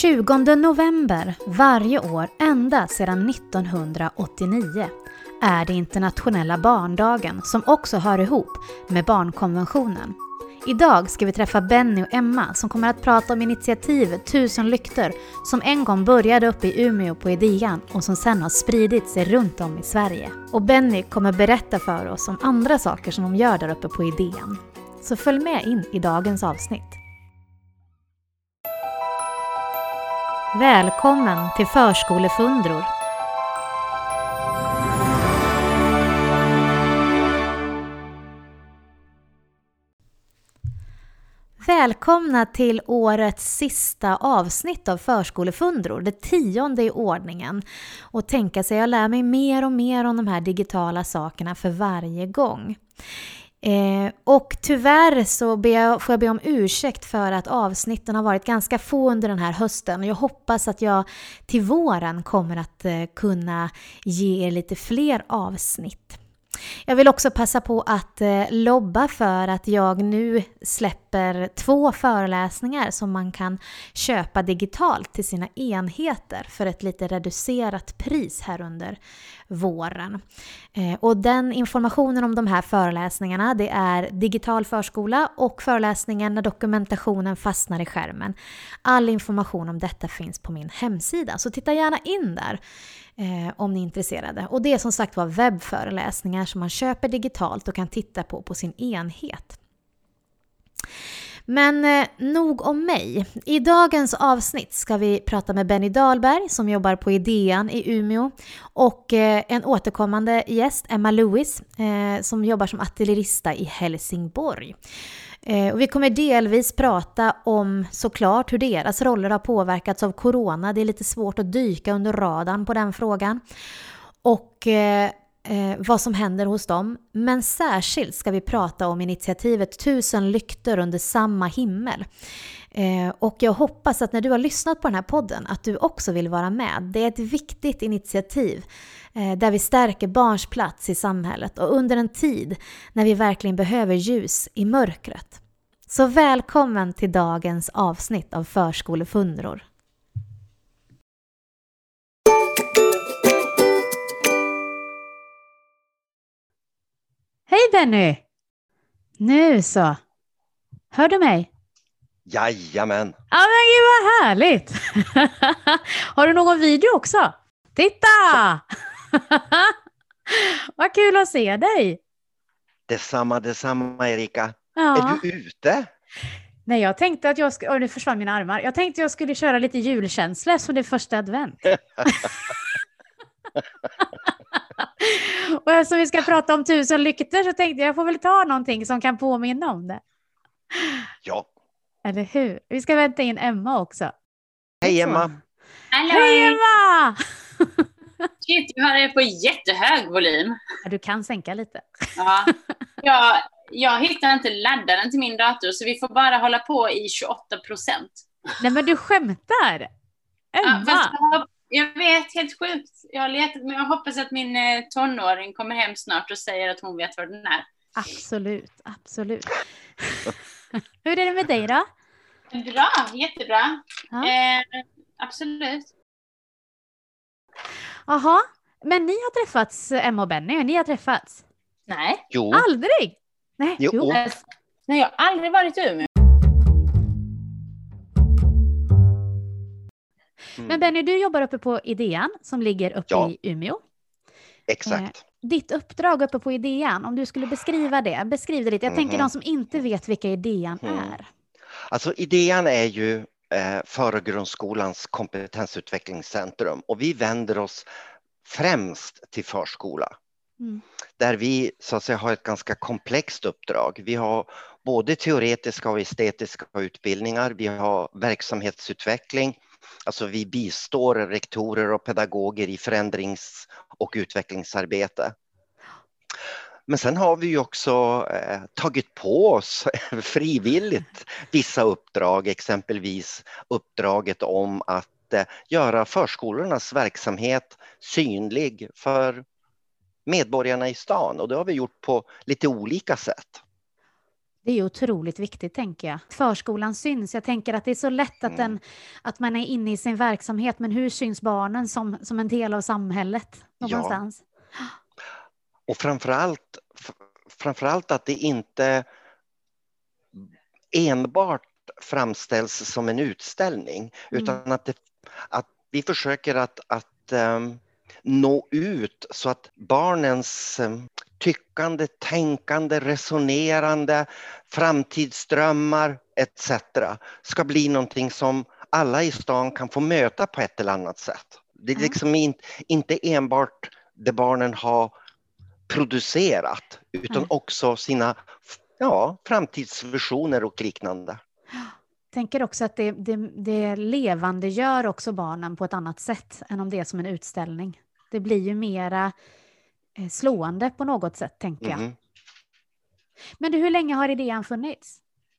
20 november varje år ända sedan 1989 är det internationella barndagen som också hör ihop med barnkonventionen. Idag ska vi träffa Benny och Emma som kommer att prata om initiativet 1000 lyktor som en gång började uppe i Umeå på Idean och som sedan har spridit sig runt om i Sverige. Och Benny kommer berätta för oss om andra saker som de gör där uppe på Idean. Så följ med in i dagens avsnitt. Välkommen till Förskolefundror. Välkomna till årets sista avsnitt av Förskolefundror, det 10:e i ordningen. Och tänka sig, jag lär mig mer och mer om de här digitala sakerna för varje gång. Och tyvärr så får jag be om ursäkt för att avsnitten har varit ganska få under den här hösten. Jag hoppas att jag till våren kommer att kunna ge er lite fler avsnitt. Jag vill också passa på att lobba för att jag nu släpper 2 föreläsningar som man kan köpa digitalt till sina enheter för ett lite reducerat pris här under våren. Och den informationen om de här föreläsningarna, det är digital förskola och föreläsningen när dokumentationen fastnar i skärmen. All information om detta finns på min hemsida, så titta gärna in där. Om ni är intresserade. Och det är som sagt var webbföreläsningar som man köper digitalt och kan titta på sin enhet. Men nog om mig. I dagens avsnitt ska vi prata med Benny Dahlberg som jobbar på Idean i Umeå och en återkommande gäst, Emma Lewis, som jobbar som ateljerista i Helsingborg. Och vi kommer delvis prata om såklart hur deras roller har påverkats av corona. Det är lite svårt att dyka under radarn på den frågan. Och vad som händer hos dem. Men särskilt ska vi prata om initiativet 1000 lyktor under samma himmel. Och jag hoppas att när du har lyssnat på den här podden att du också vill vara med. Det är ett viktigt initiativ där vi stärker barns plats i samhället och under en tid när vi verkligen behöver ljus i mörkret. Så välkommen till dagens avsnitt av Förskolefundror. Hej Benny! Nu så. Hör du mig? Jajamän. Ja men gud vad härligt. Har du någon video också? Titta! Vad kul att se dig. Detsamma Erika. Ja. Är du ute? Nej, jag tänkte att jag skulle... nu försvann mina armar. Jag tänkte jag skulle köra lite julkänsla så det är första advent. Och eftersom vi ska prata om 1000 lyktor så tänkte jag får väl ta någonting som kan påminna om det. Ja. Eller hur? Vi ska vänta in Emma också. Hej Emma. Hallå. Hej Emma! Shit, jag har det på jättehög volym. Ja, du kan sänka lite. Ja, jag hittar inte laddaren till min dator så vi får bara hålla på i 28%. Nej men du skämtar! Emma! Ja, jag vet, helt sjukt. Jag har letat, men jag hoppas att min tonåring kommer hem snart och säger att hon vet vad den är. Absolut, absolut. Hur är det med dig då? Bra, jättebra. Ja. Absolut. Jaha, men ni har träffats, Emma och Benny, ni har träffats? Nej. Jo. Aldrig? Nej, Jo. Nej, jag har aldrig varit i Umeå. Men Benny, du jobbar uppe på Idean som ligger uppe Ja. i Umeå. Exakt. Ditt uppdrag uppe på Idean, om du skulle beskriva det. Beskriv det lite. Jag tänker de som inte vet vilka Idean är. Alltså Idean är ju förgrundskolans kompetensutvecklingscentrum och vi vänder oss främst till förskola. Där vi så att säga har ett ganska komplext uppdrag. Vi har både teoretiska och estetiska utbildningar. Vi har verksamhetsutveckling. Alltså vi bistår rektorer och pedagoger i förändrings- och utvecklingsarbete. Men sen har vi ju också tagit på oss frivilligt vissa uppdrag, exempelvis uppdraget om att göra förskolornas verksamhet synlig för medborgarna i stan, och det har vi gjort på lite olika sätt. Det är ju otroligt viktigt, tänker jag. Förskolan syns. Jag tänker att det är så lätt att man är inne i sin verksamhet, men hur syns barnen som en del av samhället någonstans? Ja. Och framförallt att det inte enbart framställs som en utställning, utan att vi försöker att nå ut så att barnens tyckande, tänkande, resonerande, framtidsdrömmar etc. ska bli någonting som alla i stan kan få möta på ett eller annat sätt. Det är liksom inte enbart det barnen har producerat, utan också sina framtidsvisioner och liknande. Jag tänker också att det levande gör också barnen på ett annat sätt än om det är som en utställning. Det blir ju mera slående på något sätt, tänker jag. Men du, hur länge har idén funnits?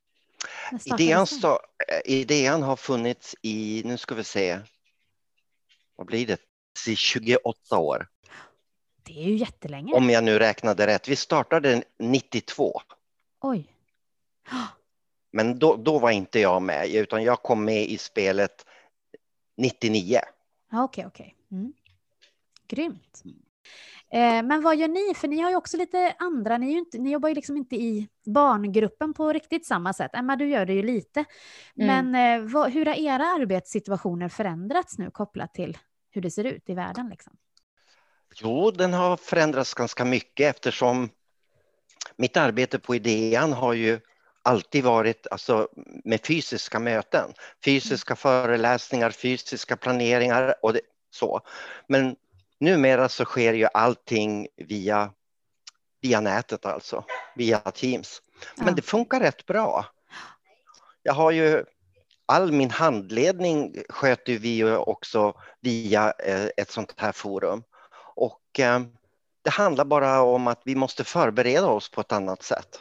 Idén har funnits i, nu ska vi se, vad blir det? I 28 år. Det är ju jättelänge. Om jag nu räknade rätt. Vi startade 92. Oj. Men då var inte jag med, utan jag kom med i spelet 99. Okej. Grymt. Men vad gör ni? För ni har ju också lite andra, ni jobbar ju liksom inte i barngruppen på riktigt samma sätt. Emma, du gör det ju lite. Men hur har era arbetssituationer förändrats nu kopplat till hur det ser ut i världen liksom? Jo, den har förändrats ganska mycket, eftersom mitt arbete på idén har ju alltid varit med fysiska möten. Fysiska föreläsningar, fysiska planeringar och så. Men numera så sker ju allting via nätet, alltså via Teams. Men det funkar rätt bra. Jag har ju all min handledning sköter vi ju också via ett sånt här forum. Och det handlar bara om att vi måste förbereda oss på ett annat sätt.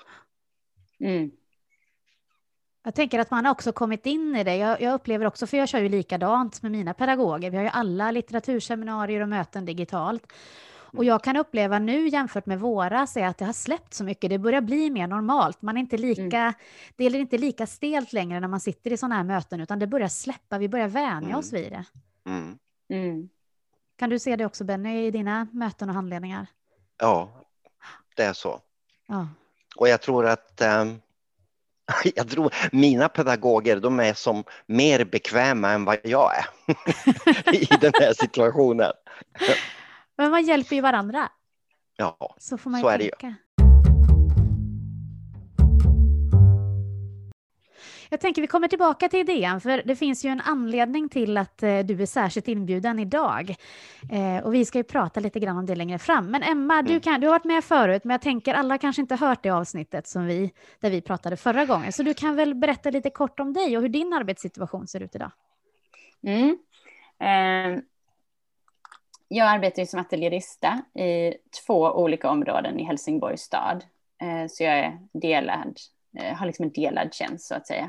Jag tänker att man har också kommit in i det. Jag upplever också, för jag kör ju likadant med mina pedagoger. Vi har ju alla litteraturseminarier och möten digitalt. Och jag kan uppleva nu jämfört med våras är att det har släppt så mycket. Det börjar bli mer normalt. Man är inte det är inte lika stelt längre när man sitter i sådana här möten, utan det börjar släppa. Vi börjar vänja oss vid det. Kan du se det också, Benny, i dina möten och handledningar? Ja, det är så. Ja. Och jag tror att mina pedagoger, de är som mer bekväma än vad jag är i den här situationen. Men man hjälper ju varandra. Ja, så får man så ju är det ju. tänka. Jag tänker vi kommer tillbaka till idén, för det finns ju en anledning till att du är särskilt inbjuden idag. Och vi ska ju prata lite grann om det längre fram. Men Emma, du har varit med förut, men jag tänker alla kanske inte hört det avsnittet där vi pratade förra gången. Så du kan väl berätta lite kort om dig och hur din arbetssituation ser ut idag? Jag arbetar ju som ateljerista i 2 olika områden i Helsingborgs stad. Så jag har liksom en delad tjänst så att säga.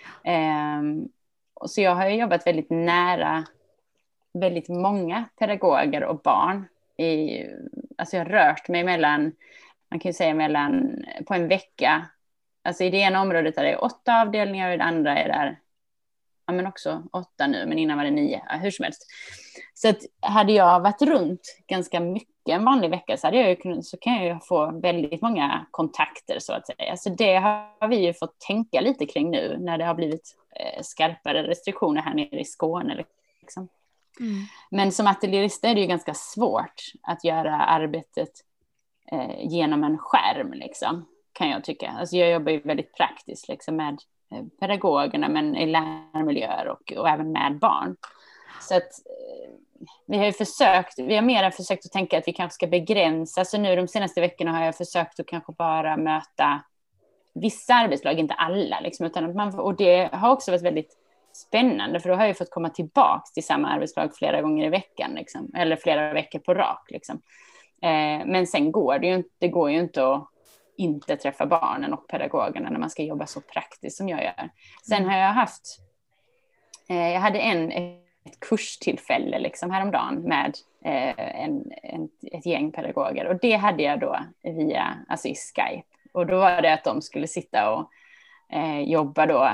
Och så jag har jobbat väldigt nära väldigt många pedagoger och barn. Alltså jag har rört mig man kan ju säga på en vecka. Alltså i det ena området är det 8 avdelningar och i det andra är det men också 8 nu, men innan var det 9, hur som helst. Så att hade jag varit runt ganska mycket en vanlig vecka så kan jag ju få väldigt många kontakter så att säga. Så det har vi ju fått tänka lite kring nu när det har blivit skarpare restriktioner här nere i Skåne. Liksom. Men som ateljerista är det ju ganska svårt att göra arbetet genom en skärm liksom, kan jag tycka. Alltså jag jobbar ju väldigt praktiskt liksom, med pedagogerna men i lärmiljöer och även med barn. Så att vi har mer försökt att tänka att vi kanske ska begränsa. Så nu de senaste veckorna har jag försökt att kanske bara möta vissa arbetslag, inte alla. Liksom, och det har också varit väldigt spännande, för då har jag fått komma tillbaka till samma arbetslag flera gånger i veckan. Liksom, eller flera veckor på rak. Liksom. Men sen går det går ju inte att inte träffa barnen och pedagogerna när man ska jobba så praktiskt som jag gör. Sen har jag hade ett kurstillfälle liksom häromdagen med ett gäng pedagoger, och det hade jag då i Skype Och då var det att de skulle sitta och jobba då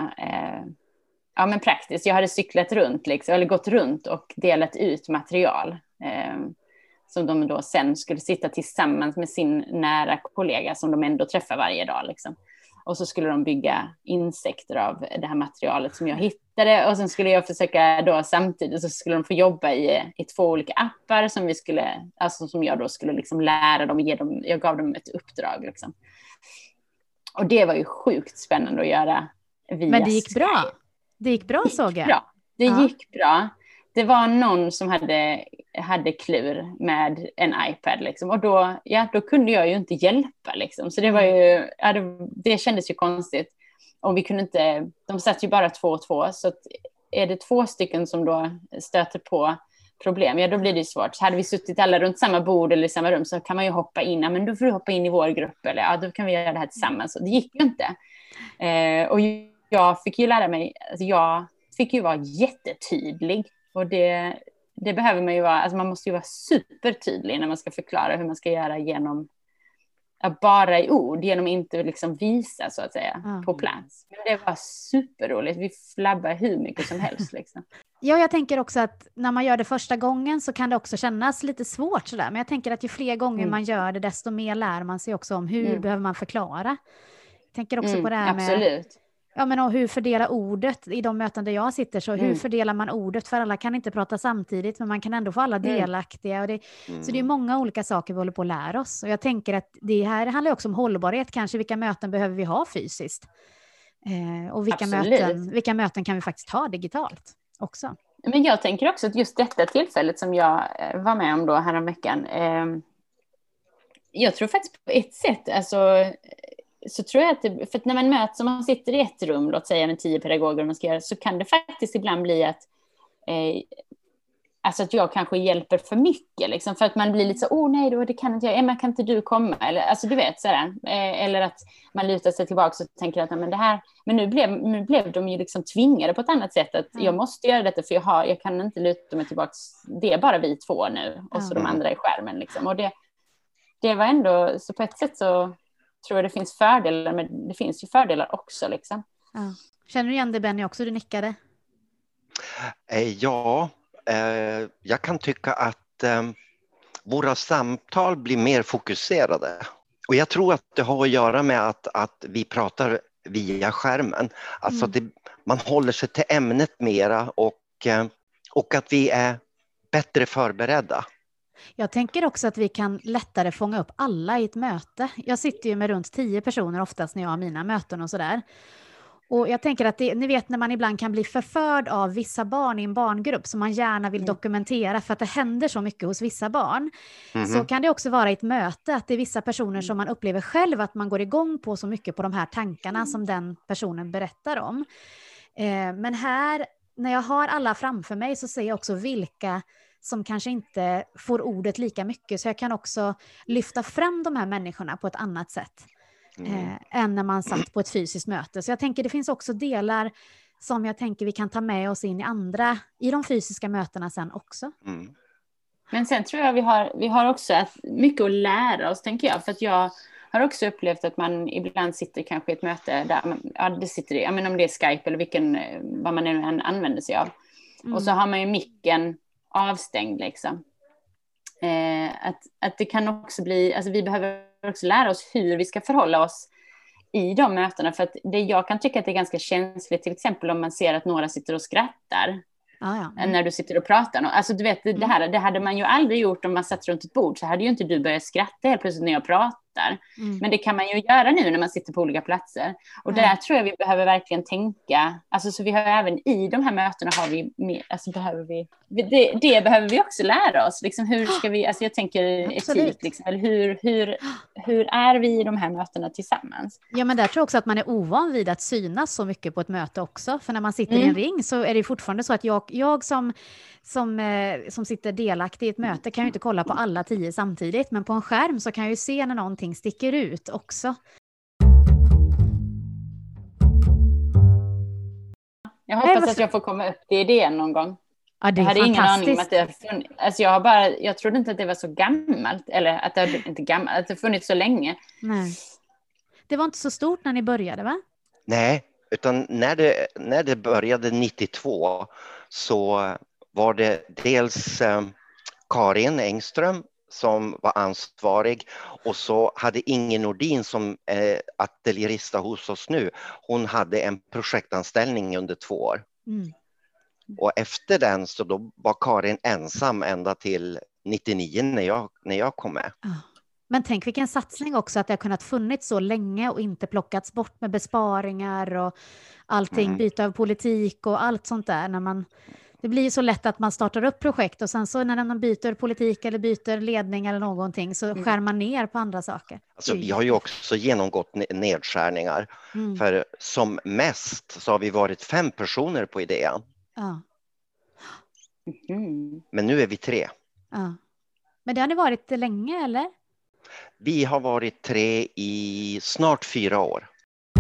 men praktiskt. Jag hade cyklat runt liksom, eller gått runt och delat ut material som de då sen skulle sitta tillsammans med sin nära kollega som de ändå träffar varje dag liksom. Och så skulle de bygga insekter av det här materialet som jag hittade. Och sen skulle jag försöka då samtidigt, så skulle de få jobba i 2 olika appar som som jag då skulle liksom lära dem, jag gav dem ett uppdrag liksom. Och det var ju sjukt spännande att göra via Men det gick Skype. bra. Det gick bra, såg jag. Det gick bra. Det var någon som hade klur med en iPad liksom. Och då kunde jag ju inte hjälpa liksom. Så det var ju, det kändes ju konstigt. Och vi kunde inte, de satt ju bara 2 och 2. Så att är det 2 stycken som då stöter på problem, då blir det ju svårt. Så hade vi suttit alla runt samma bord eller i samma rum, så kan man ju hoppa in. Men då får du hoppa in i vår grupp, eller då kan vi göra det här tillsammans. Och det gick ju inte. Och jag fick ju lära mig, alltså jag fick ju vara jättetydlig. Och det behöver man ju vara, alltså man måste ju vara supertydlig när man ska förklara hur man ska göra genom, bara i ord, genom inte liksom visa så att säga på plats. Men det var superroligt, vi flabbade hur mycket som helst liksom. Ja, jag tänker också att när man gör det första gången så kan det också kännas lite svårt sådär. Men jag tänker att ju fler gånger man gör det, desto mer lär man sig också om hur behöver man förklara. Jag tänker också på det här med... Absolut. Ja, men och hur fördela ordet i de möten där jag sitter, så hur fördelar man ordet, för alla kan inte prata samtidigt, men man kan ändå få alla delaktiga, och så det är många olika saker vi håller på att lära oss, och jag tänker att det här handlar också om hållbarhet, kanske vilka möten behöver vi ha fysiskt och vilka möten kan vi faktiskt ha digitalt också. Men jag tänker också att just detta tillfället som jag var med om då häromveckan, jag tror faktiskt på ett sätt, alltså så tror jag att för att när man möts, om man sitter i ett rum, låt säga med 10 pedagoger och man ska göra, så kan det faktiskt ibland bli att alltså att jag kanske hjälper för mycket liksom, för att man blir lite så, nej då, det kan inte jag, Emma, kan inte du komma, eller alltså du vet sådär, eller att man lutar sig tillbaka och tänker att men det här, men nu blev de ju liksom tvingade på ett annat sätt, att jag måste göra detta, för jag kan inte luta mig tillbaka, det är bara vi 2 nu och så de andra i skärmen liksom. Och det var ändå, så på ett sätt så tror jag det finns fördelar, men det finns ju fördelar också liksom. Ja. Känner du igen det, Benny, också? Du nickade. Ja, jag kan tycka att våra samtal blir mer fokuserade. Och jag tror att det har att göra med att vi pratar via skärmen. Alltså att man håller sig till ämnet mera, och att vi är bättre förberedda. Jag tänker också att vi kan lättare fånga upp alla i ett möte. Jag sitter ju med runt 10 personer oftast när jag har mina möten och sådär. Och jag tänker att ni vet när man ibland kan bli förförd av vissa barn i en barngrupp som man gärna vill dokumentera för att det händer så mycket hos vissa barn. Så kan det också vara i ett möte att det är vissa personer som man upplever själv att man går igång på så mycket på de här tankarna som den personen berättar om. Men här, när jag har alla framför mig, så ser jag också vilka som kanske inte får ordet lika mycket, så jag kan också lyfta fram de här människorna på ett annat sätt än när man satt på ett fysiskt möte. Så jag tänker det finns också delar som jag tänker vi kan ta med oss in i de fysiska mötena sen också. Men sen tror jag vi har också mycket att lära oss, tänker jag, för att jag har också upplevt att man ibland sitter kanske i ett möte där det sitter men om det är Skype eller vad man nu än använder sig av, och så har man ju micken avstängd liksom. Att det kan också bli, alltså vi behöver också lära oss hur vi ska förhålla oss i de mötena, för att jag kan tycka att det är ganska känsligt, till exempel om man ser att några sitter och skrattar när du sitter och pratar. Alltså du vet, det hade man ju aldrig gjort om man satt runt ett bord, så hade ju inte du börjat skratta helt plötsligt när jag pratar. Men det kan man ju göra nu när man sitter på olika platser. Och där tror jag vi behöver verkligen tänka, alltså så vi har även i de här mötena har vi alltså det behöver vi också lära oss liksom, hur ska vi, alltså jag tänker etik liksom, eller hur är vi i de här mötena tillsammans? Ja, men där tror jag också att man är ovan vid att synas så mycket på ett möte också, för när man sitter i en ring så är det fortfarande så att jag som sitter delaktig i ett möte kan ju inte kolla på alla 10 samtidigt, men på en skärm så kan jag ju se när någonting sticker ut också. Jag hoppas att jag får komma upp till idén någon gång. Ja, det är jag hade ingen aning om att fantastiskt. det har funnits. Alltså jag trodde inte att det var så gammalt, eller att det inte gammalt, att det funnits så länge. Nej. Det var inte så stort när ni började, va? Nej, utan när det började 92 så var det dels Karin Engström som var ansvarig, och så hade Inge Nordin som ateljerista hos oss nu. Hon hade en projektanställning under 2 år. Mm. Och efter den så då var Karin ensam ända till 99 när jag kom med. Men tänk vilken satsning också, att det har kunnat funnits så länge och inte plockats bort med besparingar och allting, byta av politik och allt sånt där. Det blir så lätt att man startar upp projekt och sen så när man byter politik eller byter ledning eller någonting så skär man ner på andra saker. Alltså, vi har ju också genomgått nedskärningar. För som mest så har vi varit 5 personer på idén. Ja. Men nu är vi 3. Ja. Men det har ni varit länge, eller? Vi har varit 3 i snart 4 år.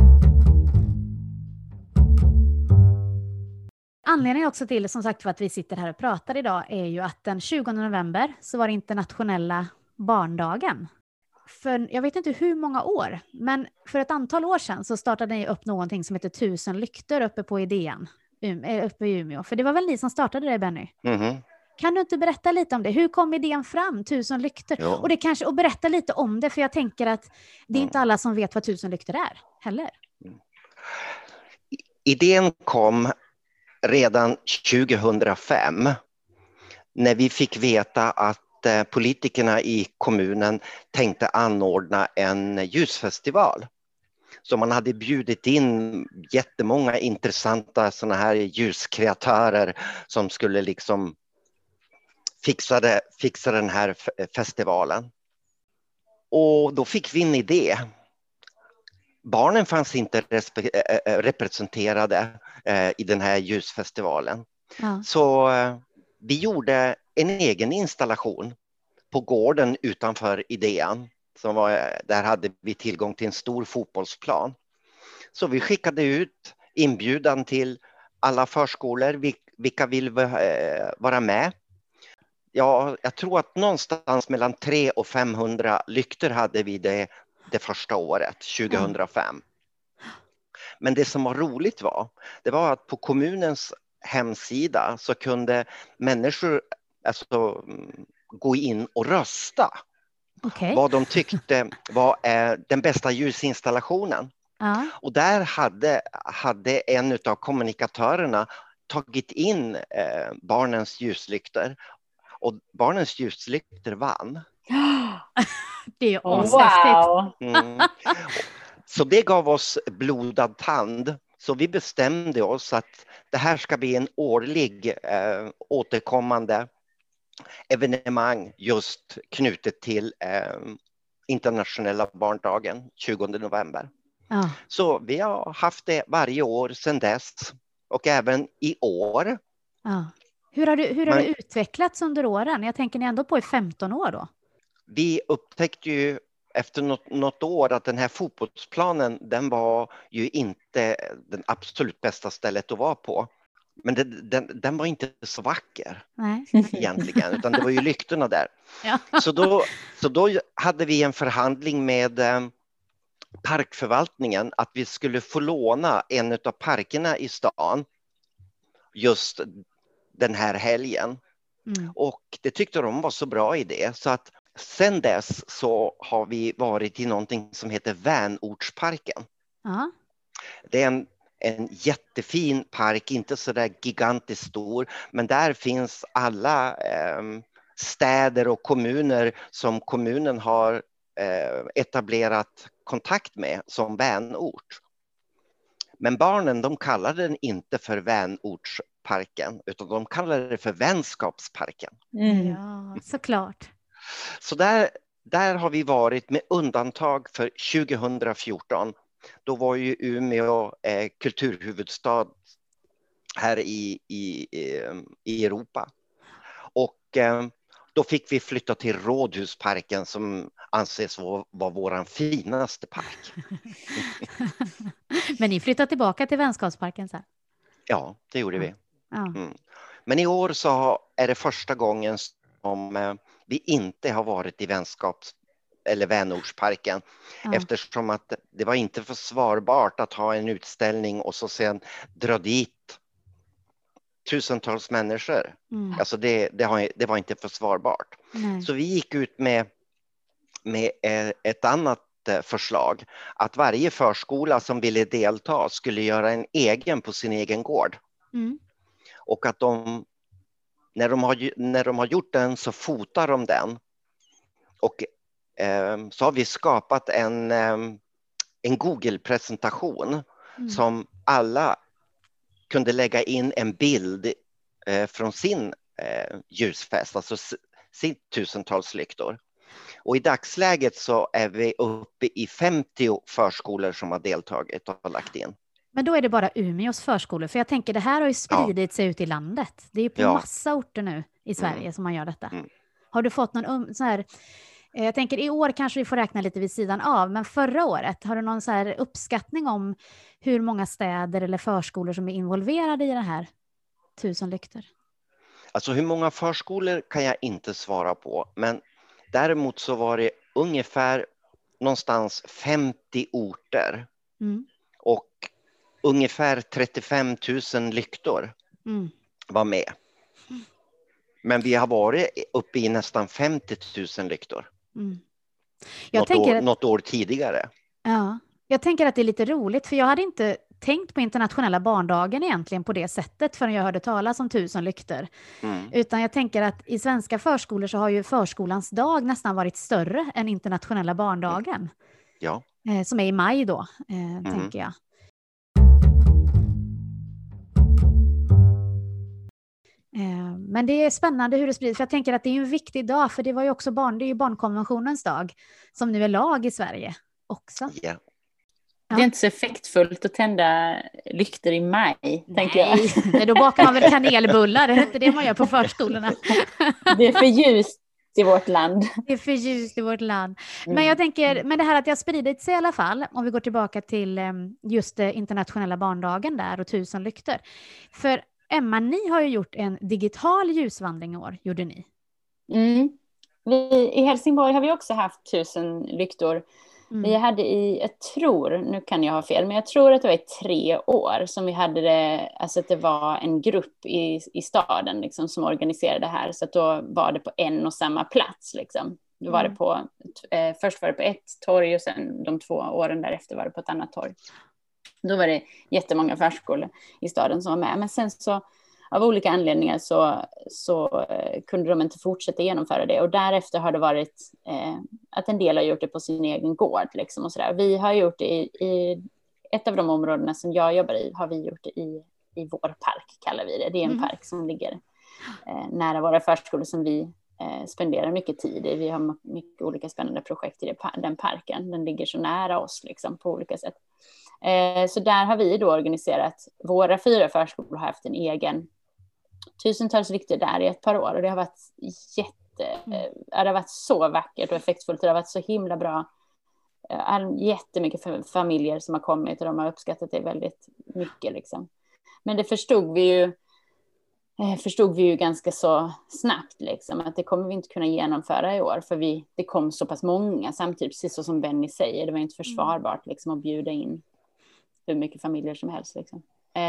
Anledningen också till, som sagt, för att vi sitter här och pratar idag är ju att den 20 november så var det internationella barndagen. För jag vet inte hur många år, men för ett antal år sedan så startade ni upp någonting som heter 1000 lyktor uppe på idén, uppe i Umeå. För det var väl ni som startade det, Benny? Mm-hmm. Kan du inte berätta lite om det? Hur kom idén fram, 1000 lyktor? Ja. Och berätta lite om det, för jag tänker att det är inte alla som vet vad 1000 lyktor är heller. Idén kom redan 2005 när vi fick veta att politikerna i kommunen tänkte anordna en ljusfestival. Så man hade bjudit in jättemånga intressanta såna här ljuskreatörer som skulle liksom fixa den här festivalen. Och då fick vi en idé. Barnen fanns inte representerade i den här ljusfestivalen. Ja. Så vi gjorde en egen installation på gården utanför idén. Där hade vi tillgång till en stor fotbollsplan. Så vi skickade ut inbjudan till alla förskolor. Vilka vill vara med? Ja, jag tror att någonstans mellan 300 och 500 lyktor hade vi det första året, 2005. Men det som var roligt det var att på kommunens hemsida så kunde människor gå in och rösta. Okay. Vad de tyckte var den bästa ljusinstallationen. Och där hade en av kommunikatörerna tagit in barnens ljuslyktor. Och barnens ljuslyktor vann. Det är ju ashäftigt. Wow. Så det gav oss blodad tand. Så vi bestämde oss att det här ska bli en årlig återkommande evenemang just knutet till internationella barndagen 20 november. Ja. Så vi har haft det varje år sedan dess och även i år. Ja. Hur har det utvecklats under åren? Jag tänker ni ändå på i 15 år då? Vi upptäckte ju efter något år att den här fotbollsplanen, den var ju inte den absolut bästa stället att vara på. Men den var inte så vacker. Nej. Egentligen, utan det var ju lyktorna där. Ja. Så då hade vi en förhandling med parkförvaltningen att vi skulle få låna en av parkerna i stan just den här helgen. Och det tyckte de var så bra idé så att sen dess så har vi varit i någonting som heter Vänortsparken. Ja. Det är en jättefin park, inte så där gigantiskt stor, men där finns alla städer och kommuner som kommunen har etablerat kontakt med som vänort. Men barnen, de kallar den inte för vänortsparken utan de kallar det för vänskapsparken. Ja, såklart. Så där har vi varit med undantag för 2014. Då var ju Umeå kulturhuvudstad här i Europa. Och då fick vi flytta till Rådhusparken som anses vara vår finaste park. Men ni flyttade tillbaka till Vänskapsparken sen? Ja, det gjorde vi. Ja. Men i år så är det första gången som vi inte har varit i eller Vänortsparken. Eftersom att det var inte försvarbart att ha en utställning och så sen dra dit tusentals människor. Alltså det var inte försvarbart. Nej. Så vi gick ut med ett annat förslag, att varje förskola som ville delta skulle göra en egen på sin egen gård. Och att när de har gjort den så fotar de den. Och så har vi skapat en Google-presentation som alla kunde lägga in en bild från sin ljusfest, alltså sin tusentals lyktor. Och i dagsläget så är vi uppe i 50 förskolor som har deltagit och har lagt in. Men då är det bara Umeås förskolor, för jag tänker det här har ju spridit sig ut i landet. Det är på massa orter nu i Sverige som man gör detta. Har du fått någon så här, jag tänker i år kanske vi får räkna lite vid sidan av, men förra året, har du någon så här uppskattning om hur många städer eller förskolor som är involverade i det här 1000 lyktor? Alltså hur många förskolor kan jag inte svara på, men däremot så var det ungefär någonstans 50 orter och ungefär 35 000 lyktor var med. Men vi har varit uppe i nästan 50 000 lyktor. Något år tidigare. Ja, jag tänker att det är lite roligt, för jag hade inte tänkt på internationella barndagen egentligen på det sättet förrän jag hörde talas om 1000 lyktor. Utan jag tänker att i svenska förskolor så har ju förskolans dag nästan varit större än internationella barndagen. Ja. Som är i maj då, tänker jag. Men det är spännande hur det sprids, för jag tänker att det är en viktig dag, för det var ju också det är ju barnkonventionens dag som nu är lag i Sverige också. Yeah. Det är inte så effektfullt att tända lyktor i maj, tänker jag. Nej, då bakar man väl kanelbullar, det är inte det man gör på förskolorna. Det är för ljust i vårt land. Det är för ljust i vårt land. Men jag tänker, men det här att det har spridit sig i alla fall, om vi går tillbaka till just internationella barndagen där och 1000 lyktor. För Emma, ni har ju gjort en digital ljusvandring i år, gjorde ni? I Helsingborg har vi också haft 1000 lyktor. Vi hade nu kan jag ha fel, men jag tror att det var i 3 år som vi hade det, alltså att det var en grupp i staden liksom, som organiserade det här. Så att då var det på en och samma plats. Liksom. Då var det först var det på ett torg och sen de 2 åren därefter var det på ett annat torg. Då var det jättemånga förskolor i staden som var med. Men sen så av olika anledningar så kunde de inte fortsätta genomföra det. Och därefter har det varit att en del har gjort det på sin egen gård. Liksom, och sådär. Vi har gjort det i ett av de områdena som jag jobbar i, har vi gjort det i vår park, kallar vi det. Det är en park som ligger nära våra förskolor som vi spenderar mycket tid i. Vi har mycket olika spännande projekt i den parken. Den ligger så nära oss liksom, på olika sätt. Så där har vi då organiserat, våra 4 förskolor har haft en egen 1000-tals lyktor där i ett par år, och det har varit det har varit så vackert och effektfullt, och det har varit så himla bra. Jättemycket familjer som har kommit, och de har uppskattat det väldigt mycket liksom. Men det förstod vi ju ganska så snabbt liksom, att det kommer vi inte kunna genomföra i år, för det kom så pass många samtidigt, precis så som Benny säger, det var inte försvarbart liksom, att bjuda in hur mycket familjer som helst liksom.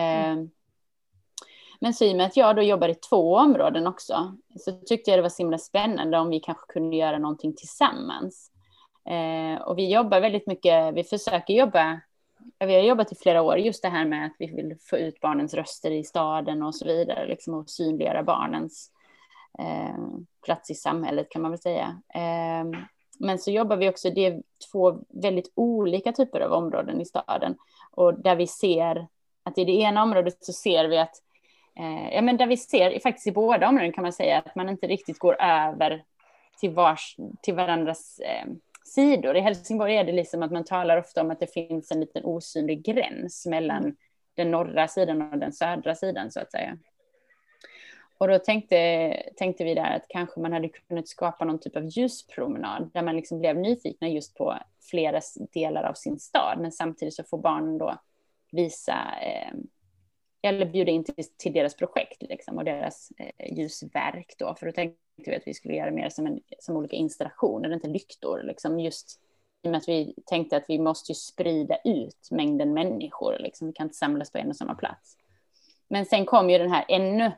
Men så i och med att jag då jobbar i 2 områden också, så tyckte jag det var så himla spännande om vi kanske kunde göra någonting tillsammans. Och vi jobbar väldigt mycket, vi har jobbat i flera år just det här med att vi vill få ut barnens röster i staden och så vidare, liksom, och synliggöra barnens plats i samhället, kan man väl säga. Men så jobbar vi också, det är 2 väldigt olika typer av områden i staden, och där vi ser att i det ena området så ser vi att där vi ser faktiskt i båda områden, kan man säga, att man inte riktigt går över till varandras sidor. I Helsingborg är det liksom att man talar ofta om att det finns en liten osynlig gräns mellan den norra sidan och den södra sidan, så att säga. Och då tänkte vi där att kanske man hade kunnat skapa någon typ av ljuspromenad där man liksom blev nyfikna just på flera delar av sin stad, men samtidigt så får barnen då visa eller bjuda in till deras projekt liksom, och deras ljusverk då, för då tänkte vi att vi skulle göra mer som olika installationer, inte lyktor liksom, just i och med att vi tänkte att vi måste ju sprida ut mängden människor liksom, vi kan inte samlas på en och samma plats. Men sen kom ju den här ännu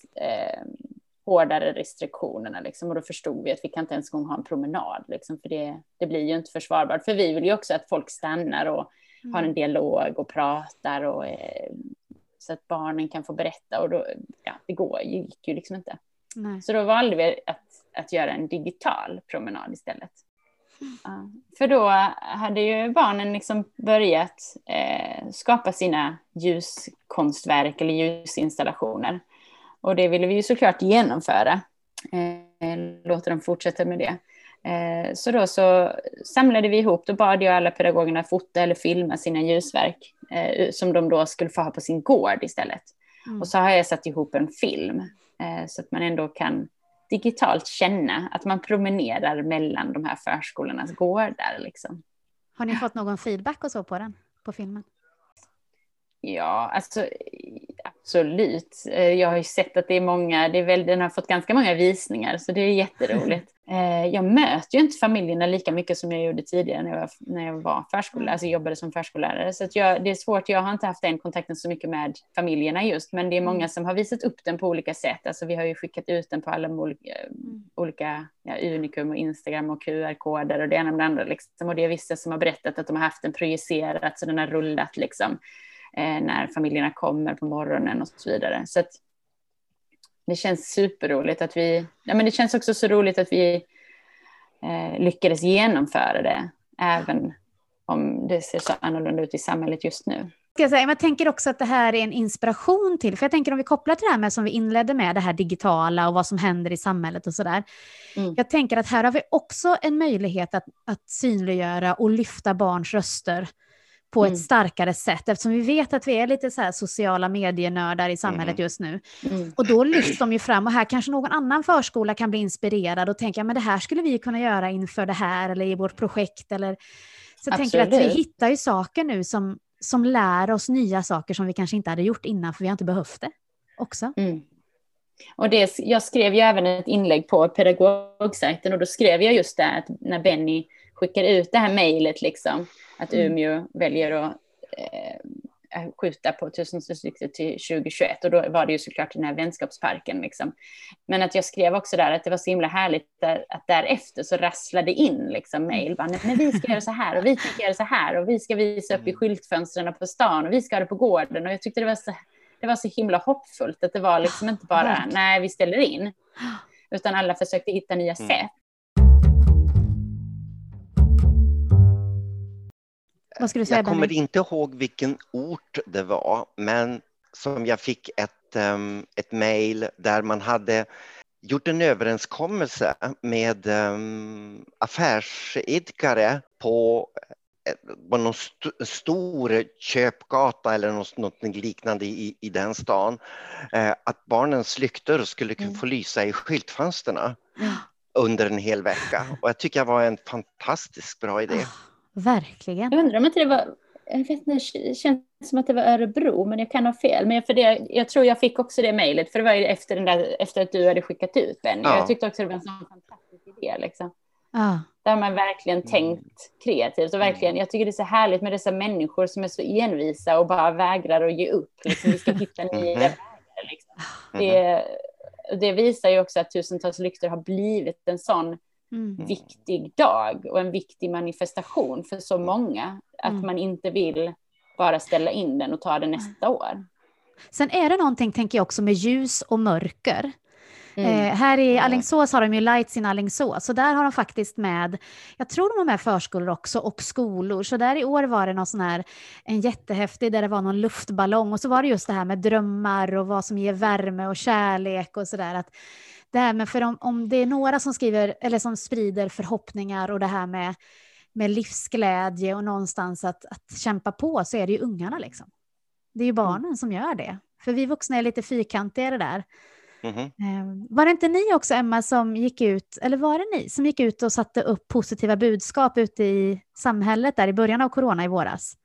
hårdare restriktionerna liksom, och då förstod vi att vi kan inte ens ha en promenad liksom, för det blir ju inte försvarbart, för vi vill ju också att folk stannar och har en dialog och pratar och så att barnen kan få berätta, och då, gick ju liksom inte. Nej. Så då valde vi att göra en digital promenad istället. Ja. För då hade ju barnen liksom börjat skapa sina ljuskonstverk eller ljusinstallationer. Och det ville vi ju såklart genomföra. Låta dem fortsätta med det. Så då så samlade vi ihop, då bad jag alla pedagogerna fota eller filma sina ljusverk som de då skulle få ha på sin gård istället. Och så har jag satt ihop en film så att man ändå kan digitalt känna att man promenerar mellan de här förskolornas gårdar liksom. Har ni fått någon feedback och så på den, på filmen? Ja, alltså absolut. Jag har ju sett att det är många, den har fått ganska många visningar, så det är jätteroligt. Jag möter ju inte familjerna lika mycket som jag gjorde tidigare när jag var förskollärare, alltså jobbade som förskollärare. Så att det är svårt, jag har inte haft den kontakten så mycket med familjerna just, men det är många som har visat upp den på olika sätt. Alltså vi har ju skickat ut den på alla olika Unikum och Instagram och QR-koder och det ena med det andra liksom. Och det är vissa som har berättat att de har haft den projicerad, så den har rullat liksom. När familjerna kommer på morgonen och så vidare. Så att det känns superroligt att men det känns också så roligt att vi lyckades genomföra det, även om det ser så annorlunda ut i samhället just nu. Jag tänker också att det här är en inspiration till, för jag tänker om vi kopplar till det här med som vi inledde med, det här digitala och vad som händer i samhället och sådär. Jag tänker att här har vi också en möjlighet att synliggöra och lyfta barns röster på ett starkare sätt, eftersom vi vet att vi är lite så här sociala medienördar i samhället just nu. Och då lyfts de ju fram, och här kanske någon annan förskola kan bli inspirerad och tänka, men det här skulle vi kunna göra inför det här eller i vårt projekt. Eller... Så jag tänker att vi hittar ju saker nu som lär oss nya saker som vi kanske inte hade gjort innan, för vi har inte behövt det också. Och jag skrev ju även ett inlägg på pedagogsajten, och då skrev jag just det att när Benny skickar ut det här mejlet liksom, att Umeå väljer att skjuta på 1000-årslyftet till 2021, och då var det ju såklart den här vänskapsparken liksom. Men att jag skrev också där att det var så himla härligt att därefter så rasslade in liksom mejl, men vi ska göra så här och vi ska göra så här och vi ska visa upp i skyltfönstren på stan och vi ska ha det på gården, och jag tyckte det var så himla hoppfullt att det var liksom inte bara nej vi ställer in, utan alla försökte hitta nya sätt. Jag kommer inte ihåg vilken ort det var, men som jag fick ett mejl där man hade gjort en överenskommelse med affärsidkare på någon stor köpgata eller något liknande i den stan, att barnens lyktor skulle få lysa i skyltfönsterna under en hel vecka. Och jag tycker det var en fantastiskt bra idé. Verkligen. Jag undrar om inte det var, jag vet inte, det känns som att det var Örebro, men jag kan ha fel. Men jag tror jag fick också det mejlet, för det var ju efter att du hade skickat ut den. Jag tyckte också det var en sån fantastisk idé liksom. Där man verkligen tänkt kreativt och verkligen, jag tycker det är så härligt med dessa människor som är så envisa och bara vägrar att ge upp. Liksom, vi ska hitta nya vägar liksom. Det visar ju också att tusentals lyktor har blivit en sån viktig dag och en viktig manifestation för så många, att man inte vill bara ställa in den och ta den nästa år. Sen är det någonting, tänker jag också, med ljus och mörker. Här i Alingsås har de ju Lights in Alingsås, så där har de faktiskt med, jag tror de har med förskolor också och skolor, så där i år var det någon sån här, en jättehäftig där det var någon luftballong, och så var det just det här med drömmar och vad som ger värme och kärlek och sådär, att det här med, för om det är några som skriver eller som sprider förhoppningar och det här med livsglädje och någonstans att kämpa på, så är det ju ungarna liksom. Det är ju barnen som gör det. För vi vuxna är lite fyrkantiga där. Var det inte ni också, Emma, som gick ut, eller var det ni som gick ut och satte upp positiva budskap ute i samhället där i början av corona i våras?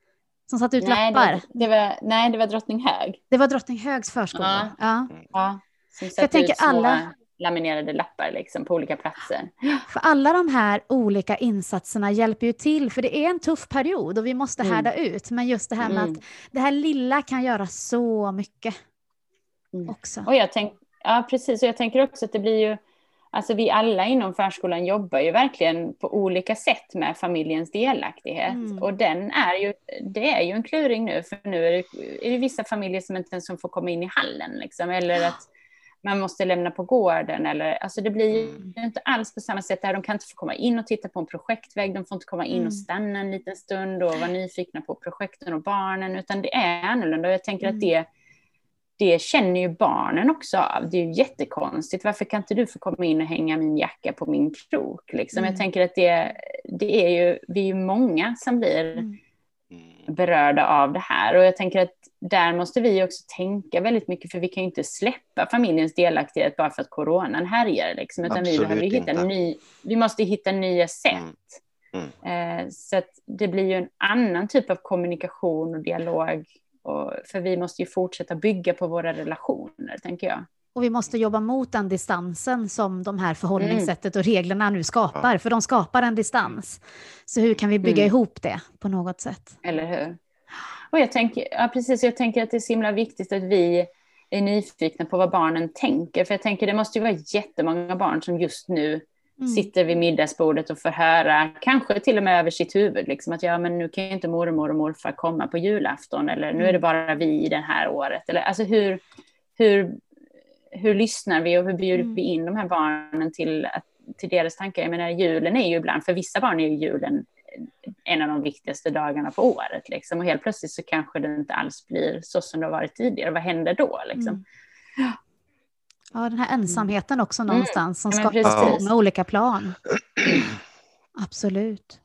som satt ut lappar? Det var Drottninghög. Det var Drottninghögs förskola. Ja. Som satt ut små laminerade lappar liksom, på olika platser. För alla de här olika insatserna hjälper ju till, för det är en tuff period och vi måste härda ut. Men just det här med att det här lilla kan göra så mycket också. Och precis. Och jag tänker också att det blir ju, alltså vi alla inom förskolan jobbar ju verkligen på olika sätt med familjens delaktighet. Och det är ju en kluring nu, för nu är det vissa familjer som inte ens får komma in i hallen liksom, eller att man måste lämna på gården, eller, alltså det blir ju inte alls på samma sätt där. De kan inte få komma in och titta på en projektvägg, de får inte komma in och stanna en liten stund och vara nyfikna på projekten och barnen, utan det är annorlunda. Och jag tänker att det känner ju barnen också av. Det är ju jättekonstigt. Varför kan inte du få komma in och hänga min jacka på min krok? Liksom? Jag tänker att det är ju, vi är ju många som blir berörda av det här. Och jag tänker att där måste vi också tänka väldigt mycket, för vi kan ju inte släppa familjens delaktighet bara för att coronan härjar. Liksom, utan vi måste hitta nya sätt. Så att det blir ju en annan typ av kommunikation och dialog. För vi måste ju fortsätta bygga på våra relationer, tänker jag. Och vi måste jobba mot den distansen som de här förhållningssättet och reglerna nu skapar. För de skapar en distans. Så hur kan vi bygga ihop det på något sätt? Eller hur? Och jag tänker att det är så himla viktigt att vi är nyfikna på vad barnen tänker. För jag tänker det måste ju vara jättemånga barn som just nu sitter vid middagsbordet och får höra, kanske till och med över sitt huvud, liksom, att men nu kan ju inte mormor och morfar komma på julafton, eller nu är det bara vi i det här året. Eller, alltså hur lyssnar vi och hur bjuder vi in de här barnen till deras tankar? Jag menar, julen är ju ibland, för vissa barn är ju julen en av de viktigaste dagarna på året. Liksom. Och helt plötsligt så kanske det inte alls blir så som det har varit tidigare. Vad händer då? Liksom? Ja, den här ensamheten också någonstans som skapar på många olika plan. Absolut.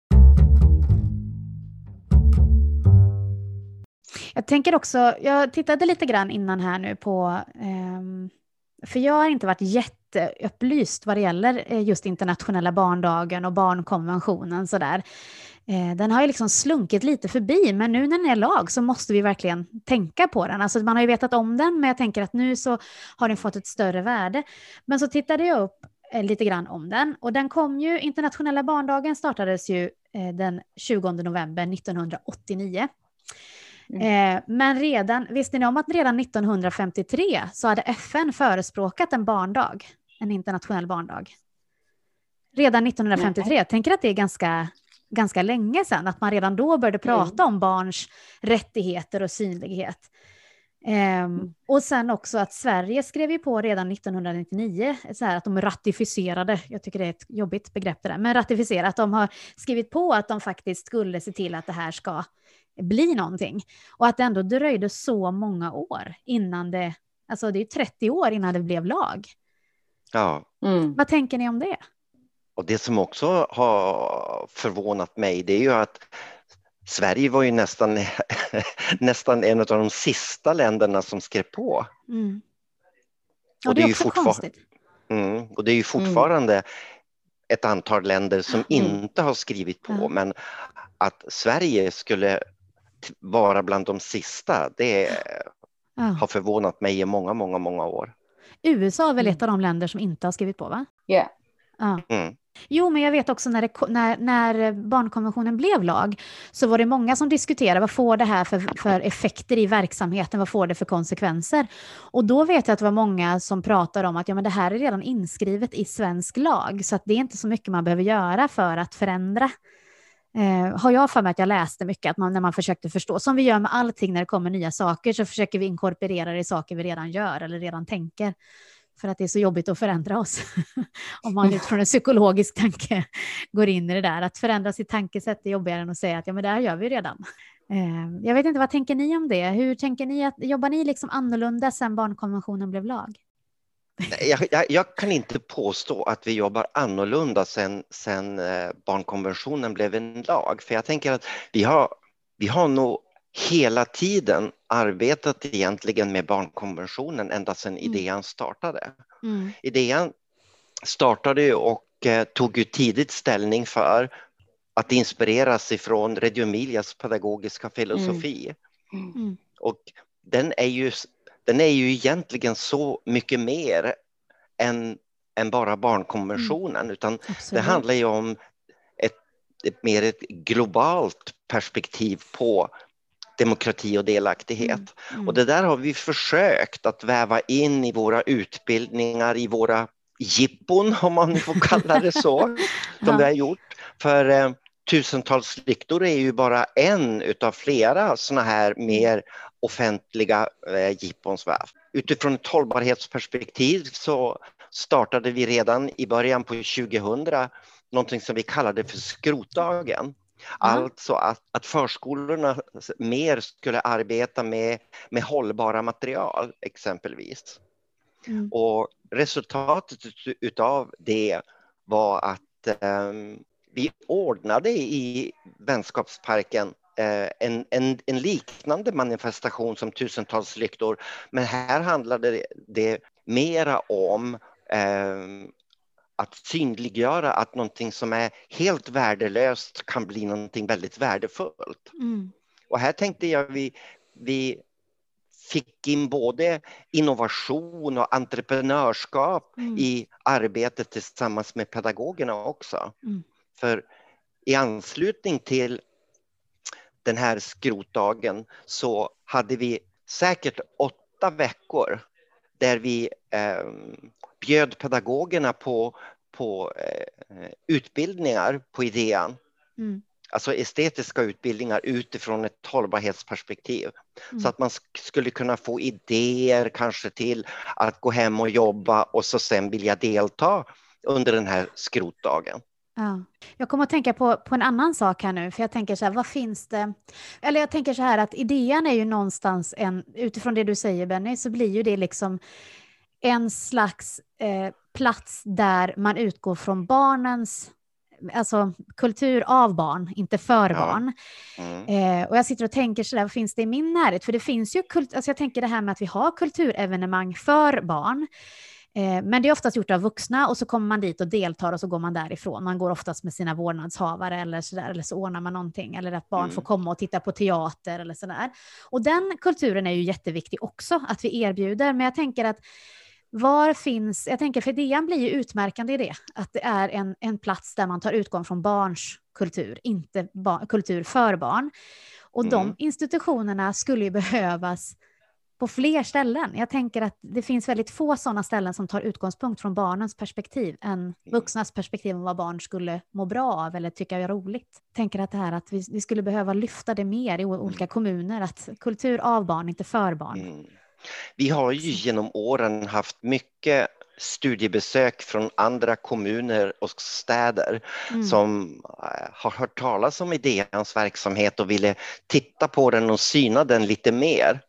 Jag tänker också, jag tittade lite grann innan här nu på, för jag har inte varit jätteupplyst vad det gäller just internationella barndagen och barnkonventionen sådär. Den har ju liksom slunkit lite förbi, men nu när den är lag så måste vi verkligen tänka på den. Alltså man har ju vetat om den, men jag tänker att nu så har den fått ett större värde. Men så tittade jag upp lite grann om den, och den kom ju, internationella barndagen startades ju den 20 november 1989. Men visste ni om att redan 1953 så hade FN förespråkat en barndag, en internationell barndag? Redan 1953, jag tänker att det är ganska länge sedan, att man redan då började prata om barns rättigheter och synlighet. Och sen också att Sverige skrev ju på redan 1999, så här att de ratificerade, jag tycker det är ett jobbigt begrepp det där, men ratificerat, att de har skrivit på att de faktiskt skulle se till att det här ska bli någonting. Och att det ändå dröjde så många år innan det är 30 år innan det blev lag. Ja. Vad tänker ni om det? Och det som också har förvånat mig, det är ju att Sverige var ju nästan en av de sista länderna som skrev på. Och det är också konstigt. Och det är ju fortfarande ett antal länder som inte har skrivit på, men att Sverige skulle vara bland de sista, det har förvånat mig i många, många, många år. USA är väl ett av de länder som inte har skrivit på, va? Ja. Jo, men jag vet också när barnkonventionen blev lag så var det många som diskuterade vad får det här för effekter i verksamheten, vad får det för konsekvenser? Och då vet jag att det var många som pratade om att men det här är redan inskrivet i svensk lag, så att det är inte så mycket man behöver göra för att förändra. Har jag för mig att jag läste mycket, att när man försökte förstå, som vi gör med allting när det kommer nya saker, så försöker vi inkorporera det i saker vi redan gör eller redan tänker. För att det är så jobbigt att förändra oss. Om man utifrån en psykologisk tanke går in i det där. Att förändra sitt tankesätt är jobbigare än att säga att men det här gör vi redan. Jag vet inte, vad tänker ni om det? Hur tänker ni jobbar ni liksom annorlunda sedan barnkonventionen blev lag? Jag kan inte påstå att vi jobbar annorlunda sedan barnkonventionen blev en lag. För jag tänker att vi har nog hela tiden arbetat egentligen med barnkonventionen ända sedan idén startade. Idén startade och tog ju tidigt ställning för att inspireras ifrån Reggio Emilias pedagogiska filosofi. Och den är ju egentligen så mycket mer än bara barnkonventionen, utan det handlar ju om ett globalt perspektiv på demokrati och delaktighet. Och det där har vi försökt att väva in i våra utbildningar, i våra jippon, om man får kalla det så, som vi har gjort. För tusentals lyktor är ju bara en utav flera såna här mer offentliga jippons. Utifrån ett hållbarhetsperspektiv så startade vi redan i början på 2000 någonting som vi kallade för skrotdagen. Alltså att förskolorna mer skulle arbeta med hållbara material exempelvis. Och resultatet utav det var att vi ordnade i vänskapsparken en liknande manifestation som tusentals lyktor, men här handlade det mera om att synliggöra att någonting som är helt värdelöst kan bli någonting väldigt värdefullt. Och här tänkte jag vi fick in både innovation och entreprenörskap i arbetet tillsammans med pedagogerna också. För i anslutning till den här skrotdagen så hade vi säkert 8 veckor där vi bjöd pedagogerna på utbildningar på idén. Alltså estetiska utbildningar utifrån ett hållbarhetsperspektiv. Så att man skulle kunna få idéer kanske till att gå hem och jobba och så sen vilja delta under den här skrotdagen. Ja. Jag kommer att tänka på en annan sak här nu, för jag tänker så här, vad finns det? Eller jag tänker så här att idén är ju någonstans utifrån det du säger Benny, så blir ju det liksom en slags plats där man utgår från barnens, alltså kultur av barn, inte för barn. Och jag sitter och tänker så där, vad finns det i min närhet? För det finns ju, alltså jag tänker det här med att vi har kulturevenemang för barn. Men det är oftast gjort av vuxna och så kommer man dit och deltar och så går man därifrån. Man går oftast med sina vårdnadshavare eller så ordnar man någonting. Eller att barn får komma och titta på teater eller sådär. Och den kulturen är ju jätteviktig också att vi erbjuder. Men jag tänker att för idén blir ju utmärkande i det. Att det är en plats där man tar utgång från barns kultur, inte kultur för barn. Och de institutionerna skulle ju behövas på fler ställen. Jag tänker att det finns väldigt få sådana ställen som tar utgångspunkt från barnens perspektiv än vuxnas perspektiv om vad barn skulle må bra av eller tycka är roligt. Jag tänker att det här att vi skulle behöva lyfta det mer i olika kommuner, att kultur av barn, inte för barn. Vi har ju genom åren haft mycket studiebesök från andra kommuner och städer som har hört talas om idéns verksamhet och ville titta på den och syna den lite mer.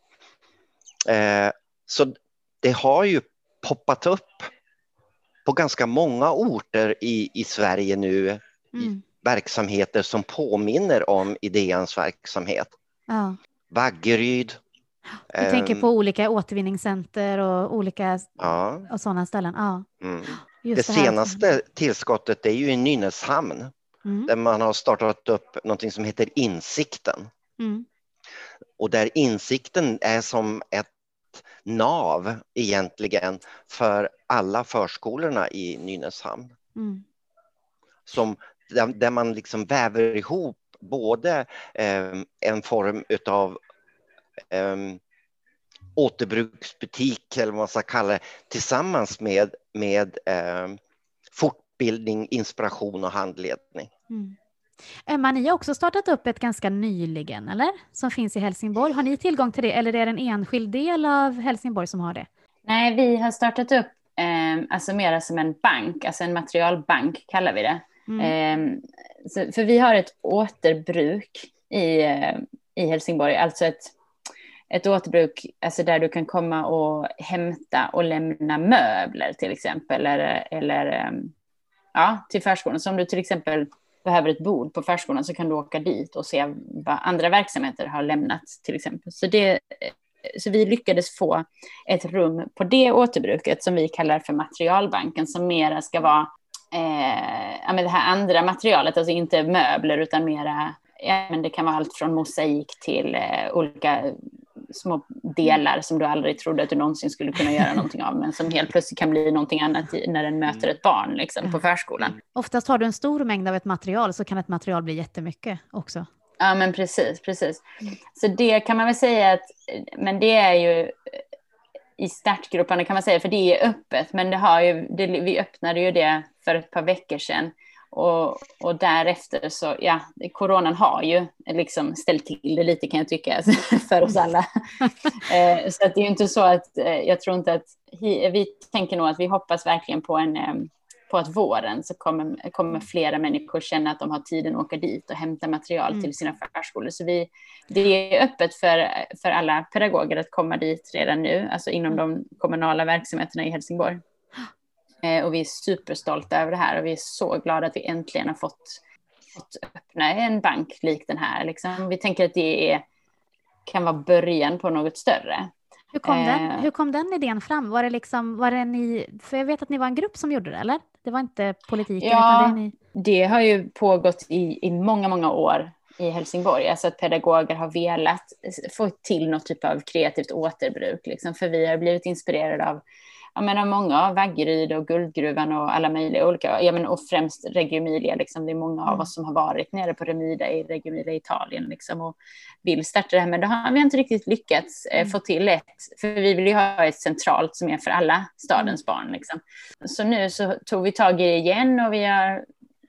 Så det har ju poppat upp på ganska många orter i Sverige nu verksamheter som påminner om idéns verksamhet. Vaggeryd. Jag tänker på olika återvinningscenter och olika och sådana ställen. Det senaste tillskottet är ju i Nynäshamn där man har startat upp något som heter Insikten. Och där Insikten är som ett nav egentligen för alla förskolorna i Nynäshamn. Där man liksom väver ihop både en form utav återbruksbutik eller vad man ska kalla det, tillsammans med fortbildning, inspiration och handledning. Emma, ni har också startat upp ett ganska nyligen, eller? Som finns i Helsingborg. Har ni tillgång till det eller är det en enskild del av Helsingborg som har det? Nej, vi har startat upp alltså mer som en bank, alltså en materialbank kallar vi det. För vi har ett återbruk i Helsingborg, alltså ett återbruk alltså där du kan komma och hämta och lämna möbler till exempel eller till förskolan. Så om du till exempel behöver ett bord på förskolan så kan du åka dit och se vad andra verksamheter har lämnat till exempel. Så vi lyckades få ett rum på det återbruket som vi kallar för materialbanken, som mera ska vara men det här andra materialet, alltså inte möbler utan mera, men det kan vara allt från mosaik till olika små delar som du aldrig trodde att du någonsin skulle kunna göra någonting av, men som helt plötsligt kan bli någonting annat när den möter ett barn liksom, på förskolan. Oftast har du en stor mängd av ett material, så kan ett material bli jättemycket också. Ja, men precis. Så det kan man väl säga att, men det är ju i startgrupperna kan man säga, för det är öppet, men vi öppnade ju det för ett par veckor sedan. Och därefter så, ja, coronan har ju liksom ställt till det lite, kan jag tycka, för oss alla. Så att det är ju inte så att, jag tror inte att, vi tänker nog att vi hoppas verkligen på att våren så kommer flera människor känna att de har tiden att åka dit och hämta material till sina förskolor. Så det är öppet för alla pedagoger att komma dit redan nu, alltså inom de kommunala verksamheterna i Helsingborg. Och vi är superstolta över det här, och vi är så glada att vi äntligen har fått öppna en bank lik den här. Liksom. Vi tänker att det kan vara början på något större. Hur kom den idén fram? Var det ni, för jag vet att ni var en grupp som gjorde det, eller? Det var inte politiken, utan det ni... Det har ju pågått i många, många år i Helsingborg. Alltså att pedagoger har velat få till något typ av kreativt återbruk. Liksom. För vi har blivit inspirerade av många av Vaggeryd och Guldgruvan och alla möjliga olika, och främst Reggio Emilia, liksom. Det är många av oss som har varit nere på Reggio Emilia i Italien liksom, och vill starta det här, men det har vi inte riktigt lyckats få till för vi vill ju ha ett centralt som är för alla stadens barn liksom. Så nu så tog vi tag i det igen, och vi har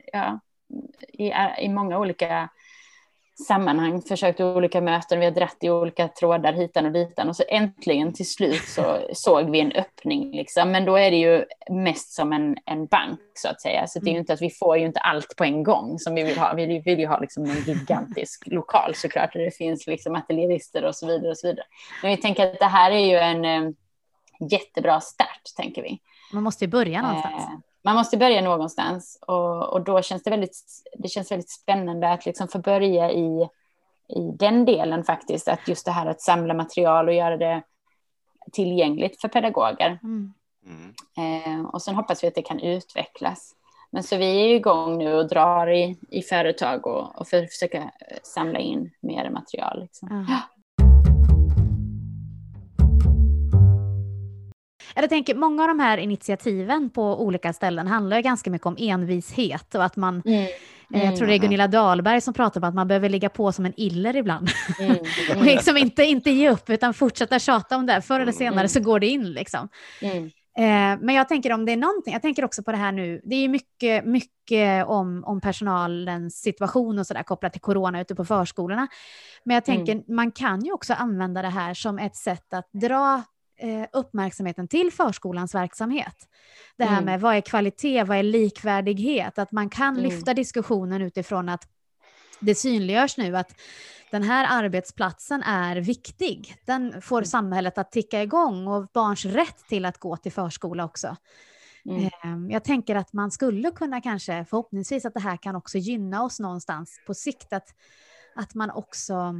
i många olika sammanhang försökt olika möten, vi har dratt i olika trådar hitan och ditan, och så äntligen till slut så såg vi en öppning liksom. Men då är det ju mest som en bank så att säga, så det är ju inte att vi får ju inte allt på en gång som vi vill ha. Vi vill ju ha liksom en gigantisk lokal såklart, där det finns liksom ateljerister och så vidare och så vidare. Men vi tänker att det här är ju en jättebra start, tänker vi. Man måste ju börja någonstans. Man måste börja någonstans, och då känns det känns väldigt spännande att liksom få börja i den delen faktiskt, att just det här att samla material och göra det tillgängligt för pedagoger. Och sen hoppas vi att det kan utvecklas. Men så vi är igång nu och drar i företag och försöka samla in mer material. Liksom. Jag tänker, många av de här initiativen på olika ställen handlar ju ganska mycket om envishet, och att man, jag tror det är Gunilla Dahlberg som pratar om att man behöver ligga på som en iller ibland. Och liksom inte ge upp, utan fortsätta tjata om det. Förr eller senare så går det in liksom. Men jag tänker, om det är någonting, jag tänker också på det här nu, det är ju mycket om personalens situation och sådär kopplat till corona ute på förskolorna. Men jag tänker, man kan ju också använda det här som ett sätt att dra uppmärksamheten till förskolans verksamhet. Det här med vad är kvalitet, vad är likvärdighet, att man kan lyfta diskussionen utifrån att det synliggörs nu att den här arbetsplatsen är viktig. Den får samhället att ticka igång, och barns rätt till att gå till förskola också. Jag tänker att man skulle kunna kanske, förhoppningsvis, att det här kan också gynna oss någonstans på sikt, att man också,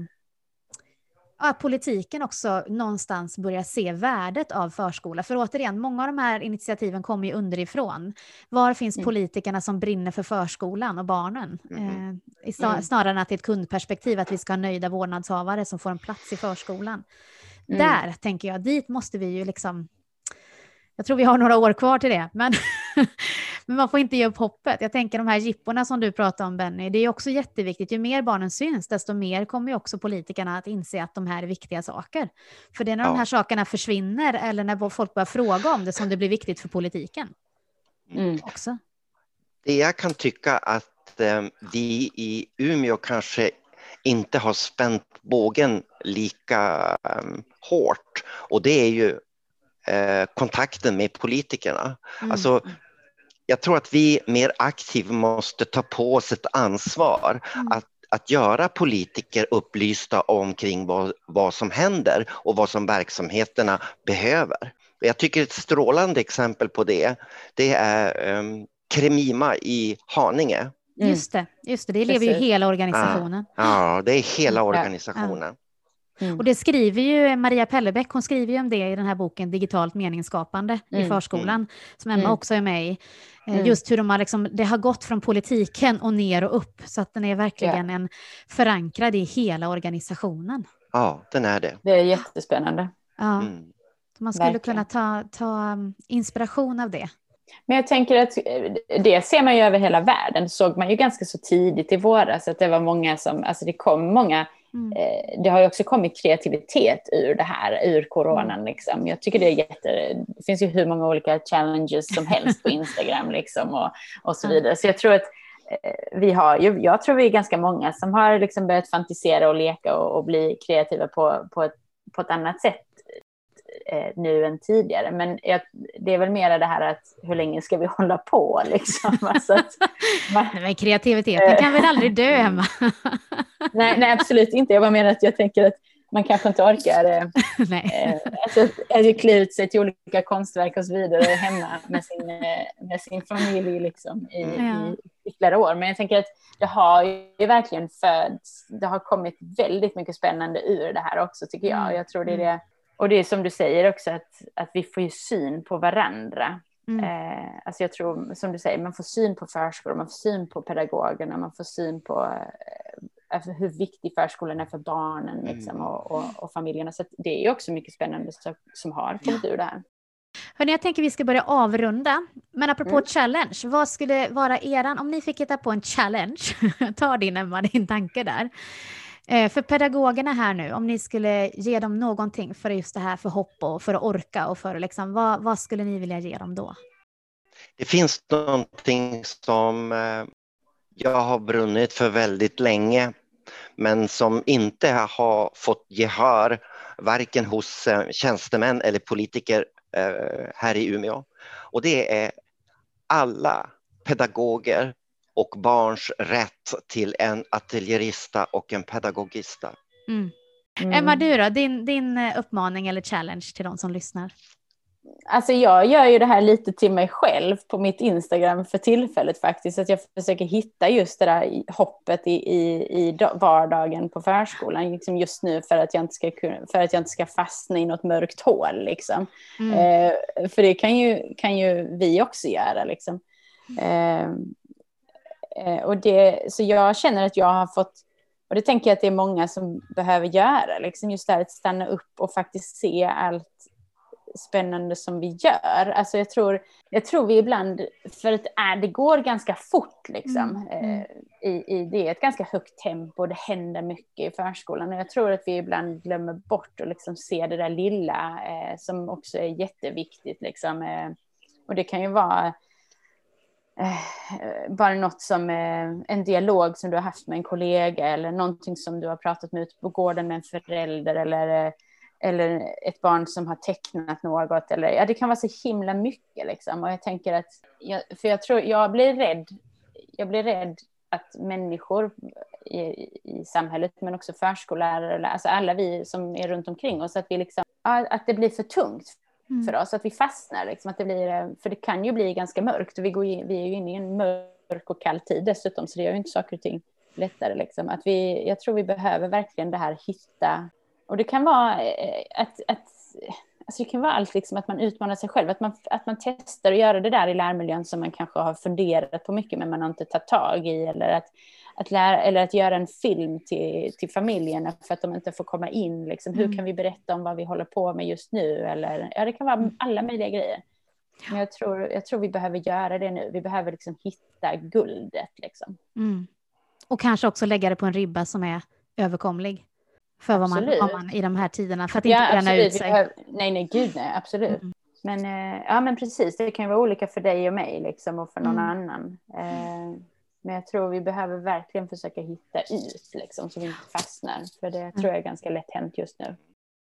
politiken också någonstans börjar se värdet av förskola. För återigen, många av de här initiativen kommer ju underifrån. Var finns politikerna som brinner för förskolan och barnen? Snarare än att det är ett kundperspektiv, att vi ska ha nöjda vårdnadshavare som får en plats i förskolan. Där tänker jag, dit måste vi ju liksom, jag tror vi har några år kvar till det, men man får inte ge upp hoppet. Jag tänker de här jipporna som du pratar om, Benny, det är också jätteviktigt. Ju mer barnen syns, desto mer kommer ju också politikerna att inse att de här är viktiga saker. För det är när de här sakerna försvinner, eller när folk börjar fråga om det, som det blir viktigt för politiken. Också. Det jag kan tycka att vi i Umeå kanske inte har spänt bågen lika hårt, och det är ju kontakten med politikerna. Alltså, jag tror att vi mer aktivt måste ta på oss ett ansvar att göra politiker upplysta omkring vad som händer och vad som verksamheterna behöver. Jag tycker ett strålande exempel på det är Kremima i Haninge. Just det lever ju hela organisationen. Ja, det är hela organisationen. Och det skriver ju Maria Pellebäck, hon skriver ju om det i den här boken Digitalt meningsskapande i förskolan, som Emma också är med i. Just hur det har gått från politiken och ner och upp, så att den är verkligen en förankrad i hela organisationen. Ja, den är det. Det är jättespännande. Ja. Man skulle kunna ta inspiration av det. Men jag tänker att det ser man ju över hela världen. Det såg man ju ganska så tidigt i våras att det var många som, alltså det kom många, det har ju också kommit kreativitet ur det här, ur coronan liksom. Jag tycker det är det finns ju hur många olika challenges som helst på Instagram liksom och så vidare. Så jag tror att jag tror vi är ganska många som har liksom börjat fantisera och leka och bli kreativa på ett annat sätt nu än tidigare, men det är väl mer det här att hur länge ska vi hålla på liksom? Alltså men kreativiteten kan väl aldrig dö, Emma? nej, absolut inte. Jag bara menar att jag tänker att man kanske inte orkar klä ut sig till olika konstverk och så vidare hemma med sin familj liksom, i flera år. Men jag tänker att det har ju verkligen det har kommit väldigt mycket spännande ur det här också, tycker jag. Jag tror det är det. Och det är som du säger också att vi får ju syn på varandra. Alltså jag tror, som du säger, man får syn på förskolan, man får syn på pedagogerna, man får syn på hur viktig förskolan är för barnen liksom, och familjerna. Så det är ju också mycket spännande som har kommit ur det här. Hörrni, jag tänker vi ska börja avrunda. Men apropå challenge, vad skulle vara om ni fick hitta på en challenge, ta din tanke där. För pedagogerna här nu, om ni skulle ge dem någonting för just det här, för hopp och för att orka och för liksom, vad skulle ni vilja ge dem då? Det finns någonting som jag har brunnit för väldigt länge, men som inte har fått gehör varken hos tjänstemän eller politiker här i Umeå. Och det är alla pedagoger och barns rätt till en ateljerista och en pedagogista. Emma, du då? Din uppmaning eller challenge till de som lyssnar? Alltså jag gör ju det här lite till mig själv på mitt Instagram för tillfället faktiskt. Att jag försöker hitta just det där hoppet i vardagen på förskolan. Liksom just nu för att jag inte ska fastna i något mörkt hål. Liksom. För det kan ju vi också göra. Liksom. Så jag känner att jag har fått, och det tänker jag att det är många som behöver göra, liksom just det här att stanna upp och faktiskt se allt spännande som vi gör. Alltså jag tror vi ibland, för att det går ganska fort liksom, det är ett ganska högt tempo, det händer mycket i förskolan, och jag tror att vi ibland glömmer bort och liksom se det där lilla som också är jätteviktigt liksom, och det kan ju vara bara något som en dialog som du har haft med en kollega, eller någonting som du har pratat med ut på gården med en förälder, eller ett barn som har tecknat något, eller det kan vara så himla mycket liksom. Och jag tänker att jag blir rädd att människor i samhället, men också förskollärare, alltså alla vi som är runt omkring oss, att vi liksom, att det blir för tungt för oss, att vi fastnar liksom, att det blir, för det kan ju bli ganska mörkt, och vi är ju inne i en mörk och kall tid dessutom, så det gör ju inte saker och ting lättare liksom. Att jag tror vi behöver verkligen det här hitta, och det kan vara alltså det kan vara allt liksom, att man utmanar sig själv, att man testar att göra det där i lärmiljön som man kanske har funderat på mycket men man har inte tagit tag i, eller att göra en film till familjerna för att de inte får komma in liksom. Hur kan vi berätta om vad vi håller på med just nu, eller det kan vara alla möjliga grejer. Men jag tror vi behöver göra det nu. Vi behöver liksom hitta guldet liksom. Och kanske också lägga det på en ribba som är överkomlig för vad man i de här tiderna, för att inte bränna ut sig. Nej, absolut. Men precis, det kan ju vara olika för dig och mig liksom, och för någon annan. Men jag tror vi behöver verkligen försöka hitta ut liksom, så vi inte fastnar, för det tror jag är ganska lätt hänt just nu.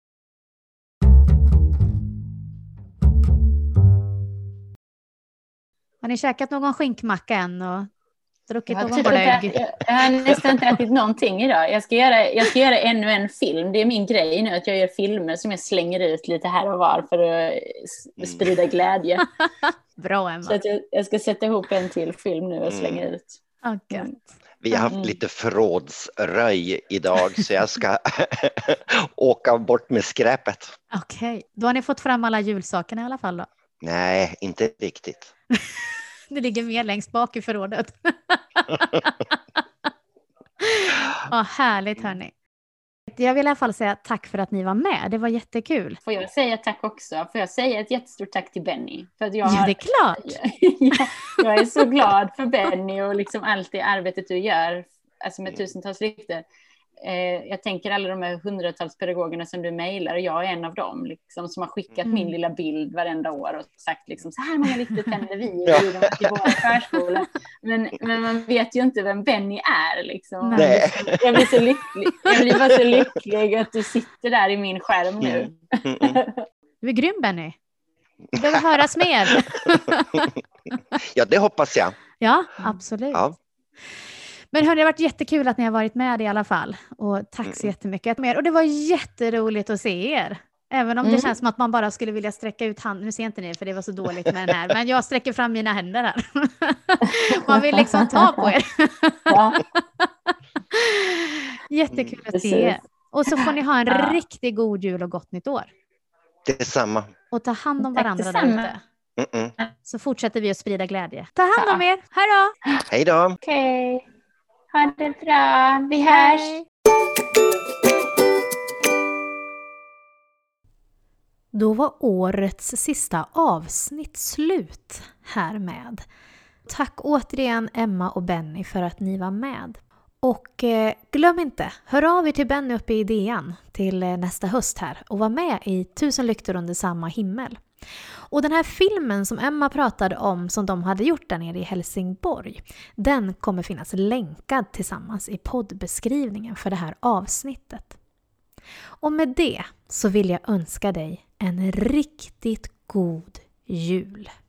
Har ni käkat någon skinkmacka än och druckit någon glögg? Jag har nästan inte ätit någonting idag. Jag ska göra ännu en film. Det är min grej nu, att jag gör filmer som jag slänger ut lite här och var för att sprida glädje. Bra, Emma. Så att jag ska sätta ihop en till film nu och slänga ut. Okay. Vi har haft lite förrådsröj idag så jag ska åka bort med skräpet. Okej, då har ni fått fram alla julsakerna i alla fall då? Nej, inte riktigt. Det ligger mer längst bak i förrådet. Ja, härligt hörni. Jag vill i alla fall säga tack för att ni var med. Det var jättekul. Får jag säga tack också? Får jag säga ett jättestort tack till Benny? För att Ja, det är klart. Jag är så glad för Benny och liksom allt det arbetet du gör, alltså med tusentals rykten. Jag tänker alla de här hundratals pedagogerna som du mejlar, och jag är en av dem liksom, som har skickat min lilla bild varenda år och sagt liksom, så här många rykten tänder vi i våra förskola. Men man vet ju inte vem Benny är liksom. Jag blir så lycklig. Jag blir bara så lycklig att du sitter där i min skärm nu. Du är grym, Benny. Du behöver höras mer. Ja, det hoppas jag. Ja, absolut. Ja. Men hörni, det har varit jättekul att ni har varit med i alla fall. Och tack så jättemycket. Och det var jätteroligt att se er. Även om det känns som att man bara skulle vilja sträcka ut handen. Nu ser inte ni för det var så dåligt med den här. Men jag sträcker fram mina händer här. Man vill liksom ta på er. Jättekul att se er. Och så får ni ha en riktigt god jul och gott nytt år. Detsamma. Och ta hand om varandra där ute. Så fortsätter vi att sprida glädje. Ta hand om er. Hej då! Hej då! Okej. Ha det bra. Vi hörs. Då var årets sista avsnitt slut härmed. Tack återigen Emma och Benny för att ni var med. Och glöm inte, hör av er till Benny uppe i DN till nästa höst här och var med i 1000 lyktor under samma himmel. Och den här filmen som Emma pratade om som de hade gjort där nere i Helsingborg, den kommer finnas länkad tillsammans i poddbeskrivningen för det här avsnittet. Och med det så vill jag önska dig en riktigt god jul.